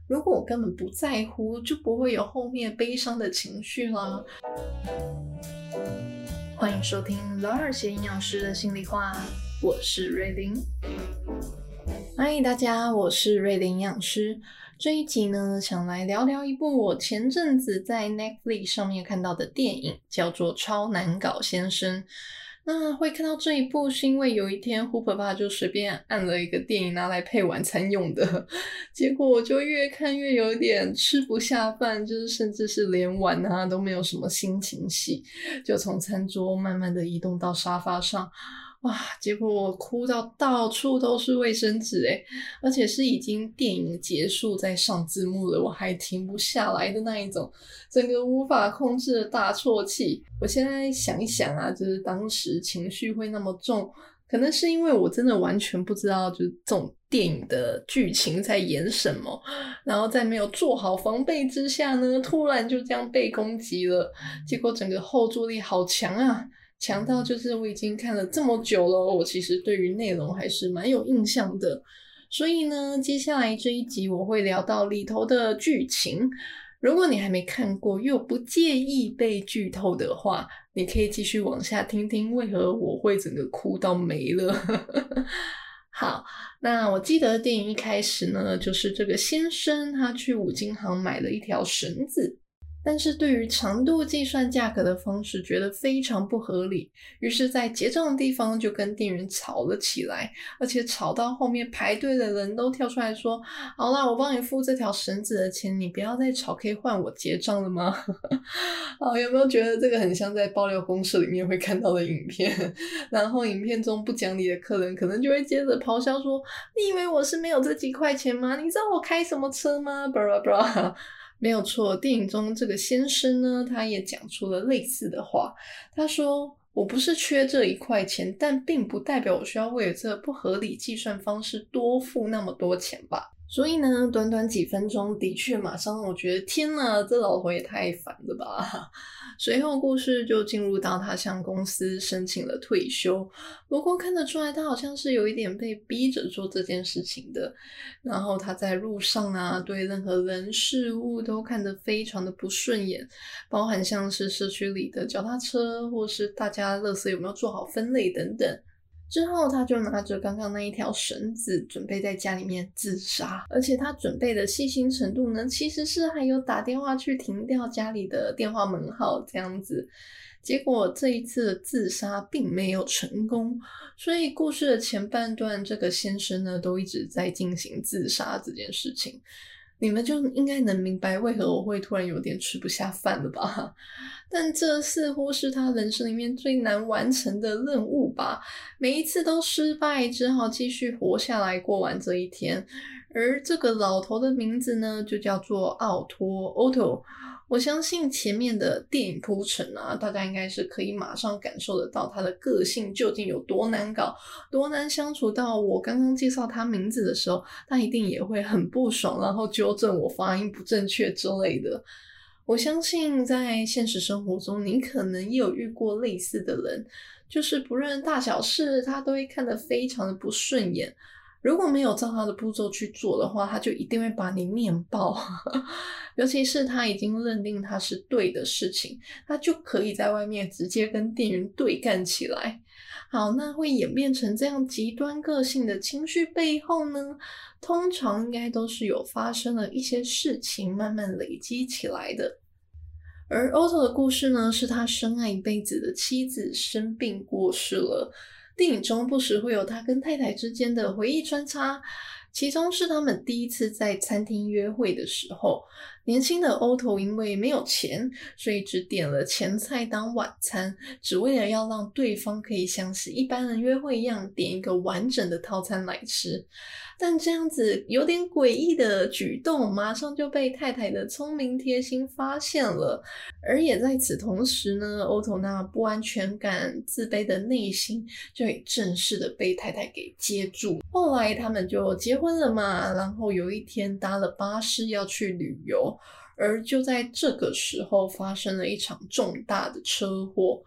如果我根本不在乎，就不会有后面悲伤的情绪啦。欢迎收听老二写营养师的心里话，我是瑞玲。嗨，大家，我是瑞玲营养师。这一集呢，想来聊聊一部我前阵子在 Netflix 上面看到的电影，叫做《超难搞先生》。那会看到这一部是因为有一天虎爸爸就随便按了一个电影拿来配晚餐用的，结果我就越看越有点吃不下饭，就是甚至是连碗啊都没有什么心情洗，就从餐桌慢慢的移动到沙发上。哇，结果我哭到到处都是卫生纸诶，而且是已经电影结束在上字幕了，我还停不下来的那一种，整个无法控制的大啜泣。我现在想一想啊，就是当时情绪会那么重，可能是因为我真的完全不知道就是这种电影的剧情在演什么，然后在没有做好防备之下呢，突然就这样被攻击了，结果整个后坐力好强啊，强到就是我已经看了这么久了，我其实对于内容还是蛮有印象的。所以呢，接下来这一集我会聊到里头的剧情。如果你还没看过又不介意被剧透的话，你可以继续往下听听为何我会整个哭到没了。好，那我记得电影一开始呢，就是这个先生他去五金行买了一条绳子，但是对于长度计算价格的方式觉得非常不合理，于是在结账的地方就跟店员吵了起来，而且吵到后面排队的人都跳出来说，好啦，我帮你付这条绳子的钱，你不要再吵，可以换我结账了吗？有没有觉得这个很像在爆料公社里面会看到的影片？然后影片中不讲理的客人可能就会接着咆哮说，你以为我是没有这几块钱吗？你知道我开什么车吗？巴拉巴拉。没有错，电影中这个先生呢，他也讲出了类似的话。他说，我不是缺这一块钱，但并不代表我需要为了这不合理计算方式多付那么多钱吧。所以呢，短短几分钟的确马上让我觉得天哪，这老头也太烦了吧。随后故事就进入到他向公司申请了退休，不过看得出来他好像是有一点被逼着做这件事情的。然后他在路上啊，对任何人事物都看得非常的不顺眼，包含像是社区里的脚踏车，或是大家垃圾有没有做好分类等等。之后他就拿着刚刚那一条绳子准备在家里面自杀，而且他准备的细心程度呢，其实是还有打电话去停掉家里的电话门号这样子。结果这一次的自杀并没有成功，所以故事的前半段这个先生呢都一直在进行自杀这件事情。你们就应该能明白为何我会突然有点吃不下饭了吧？但这似乎是他人生里面最难完成的任务吧，每一次都失败，只好继续活下来过完这一天。而这个老头的名字呢，就叫做奥托 Otto。我相信前面的电影铺陈啊，大家应该是可以马上感受得到他的个性究竟有多难搞，多难相处到我刚刚介绍他名字的时候，他一定也会很不爽，然后纠正我发音不正确之类的。我相信在现实生活中，你可能也有遇过类似的人，就是不论大小事，他都会看得非常的不顺眼。如果没有照他的步骤去做的话，他就一定会把你念爆。尤其是他已经认定他是对的事情，他就可以在外面直接跟店员对干起来。好，那会演变成这样极端个性的情绪背后呢，通常应该都是有发生了一些事情慢慢累积起来的。而 Otto 的故事呢，是他深爱一辈子的妻子生病过世了。电影中不时会有他跟太太之间的回忆穿插，其中是他们第一次在餐厅约会的时候，年轻的 Otto 因为没有钱，所以只点了前菜当晚餐，只为了要让对方可以像是一般人约会一样点一个完整的套餐来吃。但这样子有点诡异的举动，马上就被太太的聪明贴心发现了。而也在此同时呢，Otto 那不安全感、自卑的内心就也正式的被太太给接住。后来他们就结婚了嘛，然后有一天搭了巴士要去旅游，而就在这个时候发生了一场重大的车祸。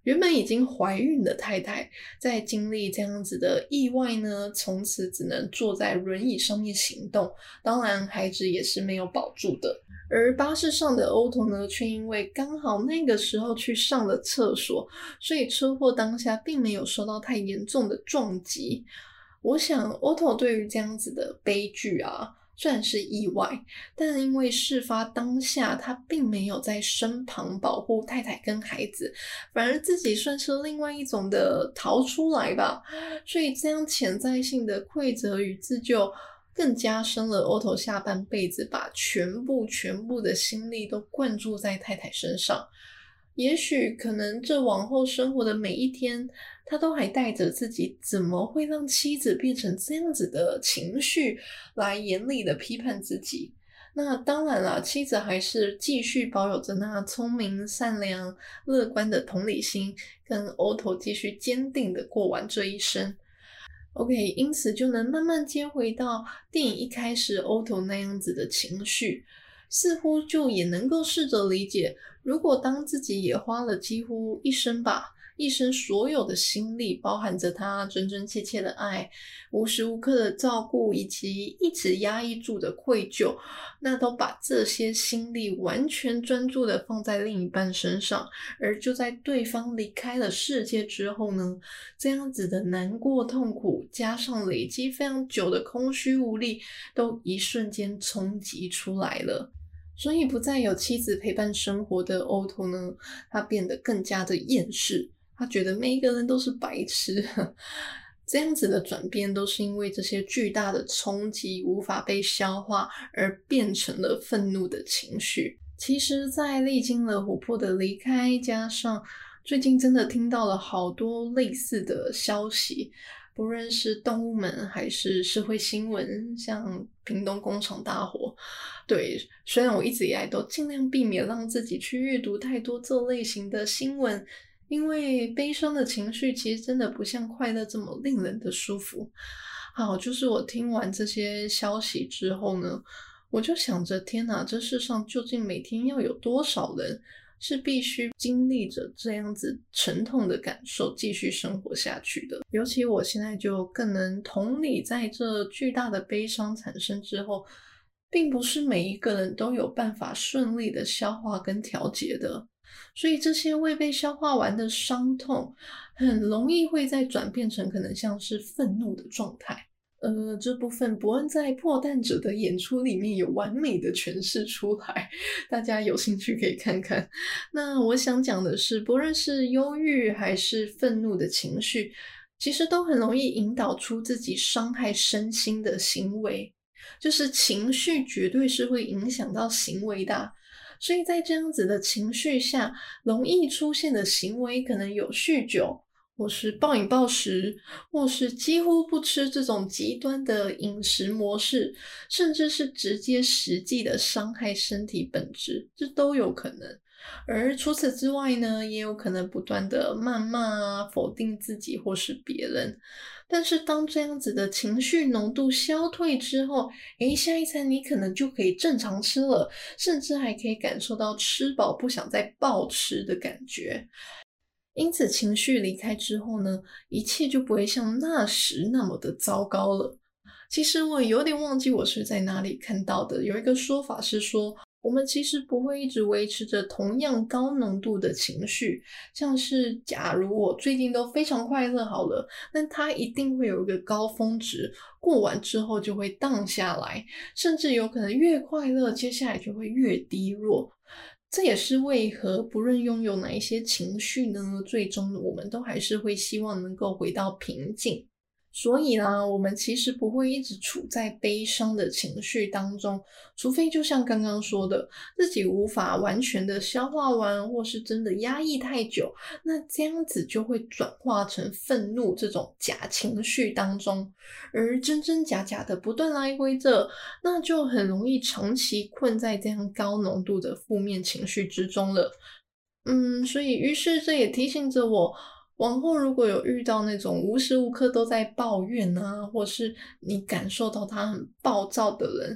原本已经怀孕的太太，在经历这样子的意外呢，从此只能坐在轮椅上面行动，当然孩子也是没有保住的。而巴士上的 Otto 呢，却因为刚好那个时候去上了厕所，所以车祸当下并没有受到太严重的撞击。我想 Otto 对于这样子的悲剧啊，虽然是意外，但因为事发当下他并没有在身旁保护太太跟孩子，反而自己算是另外一种的逃出来吧，所以这样潜在性的愧责与自救更加深了 Otto 下半辈子把全部的心力都灌注在太太身上。也许可能这往后生活的每一天，他都还带着自己怎么会让妻子变成这样子的情绪来严厉的批判自己。那当然啦，妻子还是继续保有着那聪明、善良、乐观的同理心，跟 Otto 继续坚定的过完这一生。OK， 因此就能慢慢接回到电影一开始 Otto 那样子的情绪，似乎就也能够试着理解，如果当自己也花了几乎一生所有的心力，包含着他真真切切的爱，无时无刻的照顾，以及一直压抑住的愧疚，那都把这些心力完全专注的放在另一半身上，而就在对方离开了世界之后呢，这样子的难过痛苦，加上累积非常久的空虚无力，都一瞬间冲击出来了。所以不再有妻子陪伴生活的 Otto 呢，他变得更加的厌世，他觉得每一个人都是白痴。这样子的转变都是因为这些巨大的冲击无法被消化，而变成了愤怒的情绪。其实在历经了琥珀的离开，加上最近真的听到了好多类似的消息，不论是动物们还是社会新闻，像屏东工厂大火。对，虽然我一直以来都尽量避免让自己去阅读太多这类型的新闻，因为悲伤的情绪其实真的不像快乐这么令人的舒服。好，就是我听完这些消息之后呢，我就想着天哪，这世上究竟每天要有多少人是必须经历着这样子沉痛的感受继续生活下去的。尤其我现在就更能同理，在这巨大的悲伤产生之后，并不是每一个人都有办法顺利的消化跟调节的，所以这些未被消化完的伤痛，很容易会再转变成可能像是愤怒的状态。这部分伯恩在破蛋者的演出里面有完美的诠释出来，大家有兴趣可以看看。那我想讲的是，不论是忧郁还是愤怒的情绪，其实都很容易引导出自己伤害身心的行为，就是情绪绝对是会影响到行为的。所以在这样子的情绪下，容易出现的行为可能有酗酒，或是暴饮暴食，或是几乎不吃这种极端的饮食模式，甚至是直接实际的伤害身体本质，这都有可能。而除此之外呢，也有可能不断的谩骂啊，否定自己或是别人。但是当这样子的情绪浓度消退之后，下一餐你可能就可以正常吃了，甚至还可以感受到吃饱不想再暴吃的感觉。因此情绪离开之后呢，一切就不会像那时那么的糟糕了。其实我有点忘记我是在哪里看到的，有一个说法是说，我们其实不会一直维持着同样高浓度的情绪，像是假如我最近都非常快乐好了，那它一定会有一个高峰值，过完之后就会荡下来，甚至有可能越快乐，接下来就会越低落。这也是为何不论拥有哪一些情绪呢，最终我们都还是会希望能够回到平静。所以啦，我们其实不会一直处在悲伤的情绪当中，除非就像刚刚说的，自己无法完全的消化完，或是真的压抑太久，那这样子就会转化成愤怒这种假情绪当中，而真真假假的不断来回着，那就很容易长期困在这样高浓度的负面情绪之中了。所以于是这也提醒着我，往后如果有遇到那种无时无刻都在抱怨啊，或是你感受到他很暴躁的人，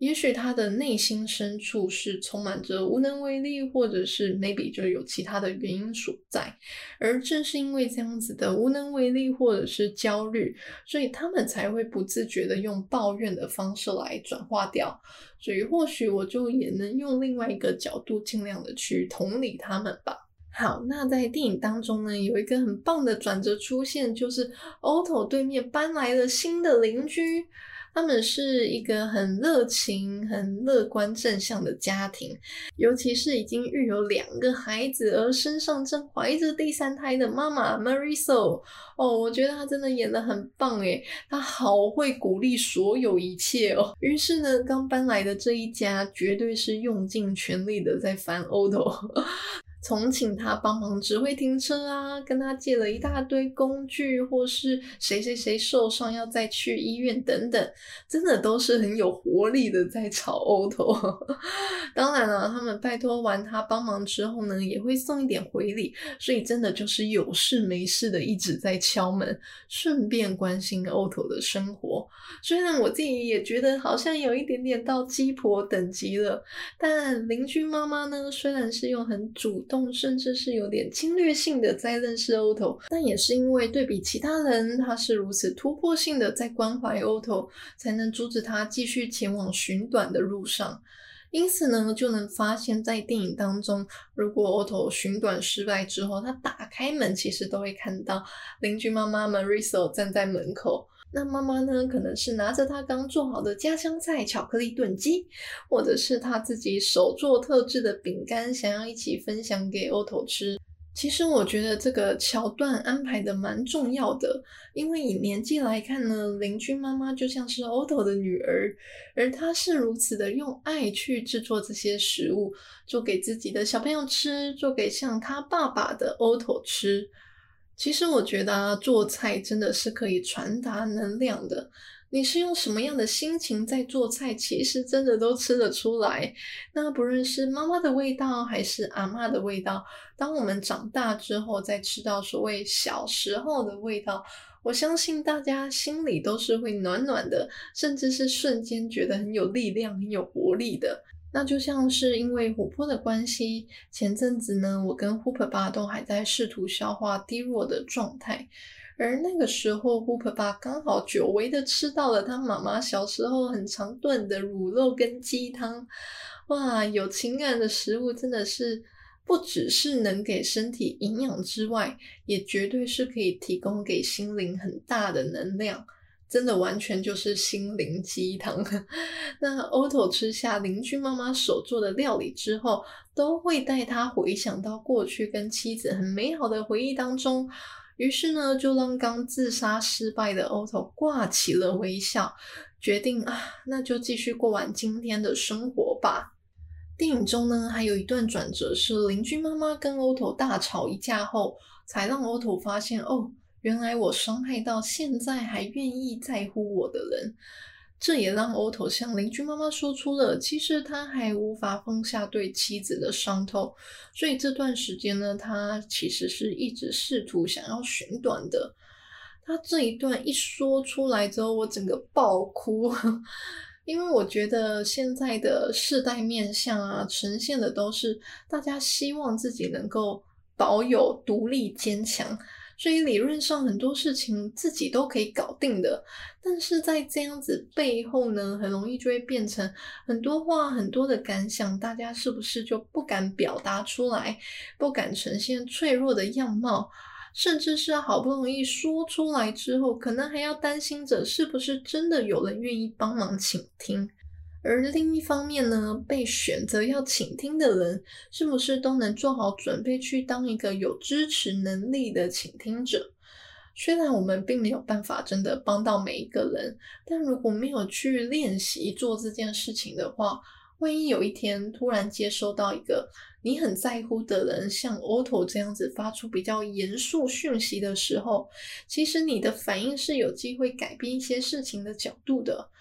也许他的内心深处是充满着无能为力，或者是 maybe 就有其他的原因所在，而正是因为这样子的无能为力或者是焦虑，所以他们才会不自觉的用抱怨的方式来转化掉。所以或许我就也能用另外一个角度尽量的去同理他们吧。好，那在电影当中呢，有一个很棒的转折出现，就是 Otto 对面搬来了新的邻居。他们是一个很热情、很乐观正向的家庭，尤其是已经育有2个孩子而身上正怀着第3胎的妈妈 Marisol。我觉得她真的演得很棒耶，她好会鼓励所有一切哦。于是呢，刚搬来的这一家绝对是用尽全力的在烦 Otto。从请他帮忙指挥停车啊，跟他借了一大堆工具，或是谁谁谁受伤要再去医院等等，真的都是很有活力的在吵Otto。当然了，他们拜托完他帮忙之后呢，也会送一点回礼，所以真的就是有事没事的一直在敲门，顺便关心Otto的生活。虽然我自己也觉得好像有一点点到鸡婆等级了，但邻居妈妈呢，虽然是用很主动甚至是有点侵略性的在认识Otto，但也是因为对比其他人，他是如此突破性的在关怀Otto，才能阻止他继续前往寻短的路上。因此呢，就能发现在电影当中，如果Otto寻短失败之后，他打开门其实都会看到邻居妈妈 Marisol 站在门口。那妈妈呢，可能是拿着她刚做好的家乡菜巧克力炖鸡，或者是她自己手做特制的饼干，想要一起分享给Otto吃。其实我觉得这个桥段安排的蛮重要的，因为以年纪来看呢，邻居妈妈就像是Otto的女儿，而她是如此的用爱去制作这些食物，做给自己的小朋友吃，做给像他爸爸的Otto吃。其实我觉得做菜真的是可以传达能量的。你是用什么样的心情在做菜，其实真的都吃得出来。那不论是妈妈的味道还是阿嬷的味道，当我们长大之后再吃到所谓小时候的味道，我相信大家心里都是会暖暖的，甚至是瞬间觉得很有力量、很有活力的。那就像是因为琥珀的关系，前阵子呢，我跟 Hooper 爸都还在试图消化低落的状态，而那个时候 Hooper 爸刚好久违的吃到了他妈妈小时候很常炖的乳肉跟鸡汤。哇，有情感的食物真的是不只是能给身体营养之外，也绝对是可以提供给心灵很大的能量。真的完全就是心灵鸡汤。那Otto吃下邻居妈妈手做的料理之后，都会带他回想到过去跟妻子很美好的回忆当中，于是呢，就让刚自杀失败的Otto挂起了微笑，决定那就继续过完今天的生活吧。电影中呢，还有一段转折是邻居妈妈跟Otto大吵一架后，才让Otto发现原来我伤害到现在还愿意在乎我的人。这也让Otto向邻居妈妈说出了其实他还无法放下对妻子的伤痛，所以这段时间呢，他其实是一直试图想要寻短的。他这一段一说出来之后，我整个爆哭。因为我觉得现在的世代面向呈现的都是大家希望自己能够保有独立坚强，所以理论上很多事情自己都可以搞定的，但是在这样子背后呢，很容易就会变成很多话、很多的感想，大家是不是就不敢表达出来，不敢呈现脆弱的样貌，甚至是好不容易说出来之后，可能还要担心着是不是真的有人愿意帮忙倾听。而另一方面呢，被选择要倾听的人，是不是都能做好准备去当一个有支持能力的倾听者？虽然我们并没有办法真的帮到每一个人，但如果没有去练习做这件事情的话，万一有一天突然接收到一个你很在乎的人像Otto这样子发出比较严肃讯息的时候，其实你的反应是有机会改变一些事情的角度的。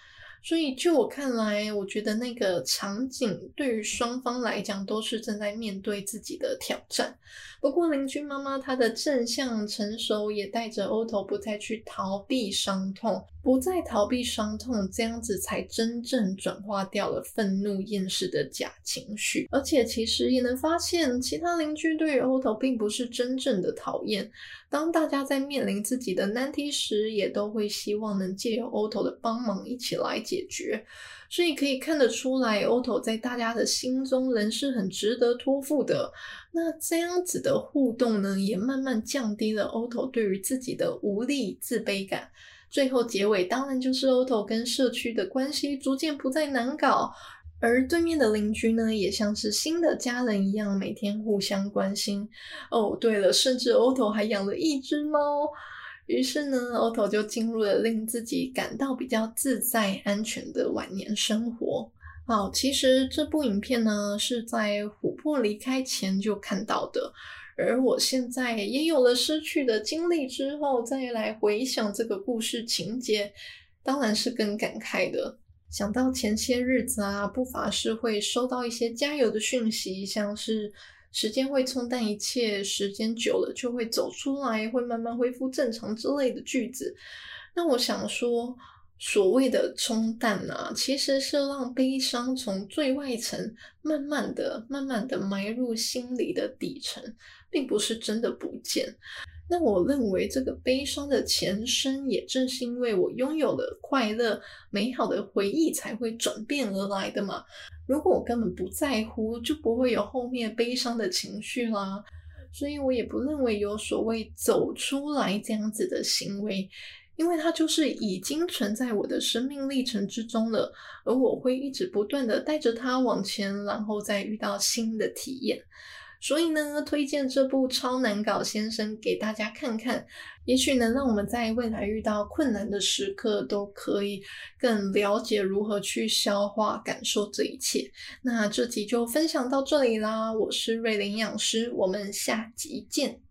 所以就我看来，我觉得那个场景对于双方来讲都是正在面对自己的挑战。不过邻居妈妈她的正向成熟也带着Otto不再去逃避伤痛，不再逃避伤痛，这样子才真正转化掉了愤怒厌世的假情绪。而且其实也能发现，其他邻居对于Otto并不是真正的讨厌，当大家在面临自己的难题时，也都会希望能借由Otto的帮忙一起来解决。所以可以看得出来，Otto在大家的心中仍是很值得托付的。那这样子的互动呢，也慢慢降低了Otto对于自己的无力、自卑感。最后结尾当然就是 Otto 跟社区的关系逐渐不再难搞，而对面的邻居呢，也像是新的家人一样，每天互相关心。哦，对了，甚至Otto还养了一只猫。于是呢，Otto 就进入了令自己感到比较自在、安全的晚年生活。好，其实这部影片呢，是在琥珀离开前就看到的，而我现在也有了失去的经历之后，再来回想这个故事情节，当然是更感慨的。想到前些日子啊，不乏是会收到一些加油的讯息，像是时间会冲淡一切，时间久了就会走出来，会慢慢恢复正常之类的句子。那我想说，所谓的冲淡啊，其实是让悲伤从最外层慢慢的埋入心里的底层，并不是真的不见。那我认为这个悲伤的前身，也正是因为我拥有了快乐、美好的回忆才会转变而来的嘛。如果我根本不在乎，就不会有后面悲伤的情绪啦。所以我也不认为有所谓走出来这样子的行为，因为它就是已经存在我的生命历程之中了，而我会一直不断的带着它往前，然后再遇到新的体验。所以呢，推荐这部超难搞先生给大家看看，也许能让我们在未来遇到困难的时刻都可以更了解如何去消化感受这一切。那这集就分享到这里啦，我是瑞琳营养师，我们下集见。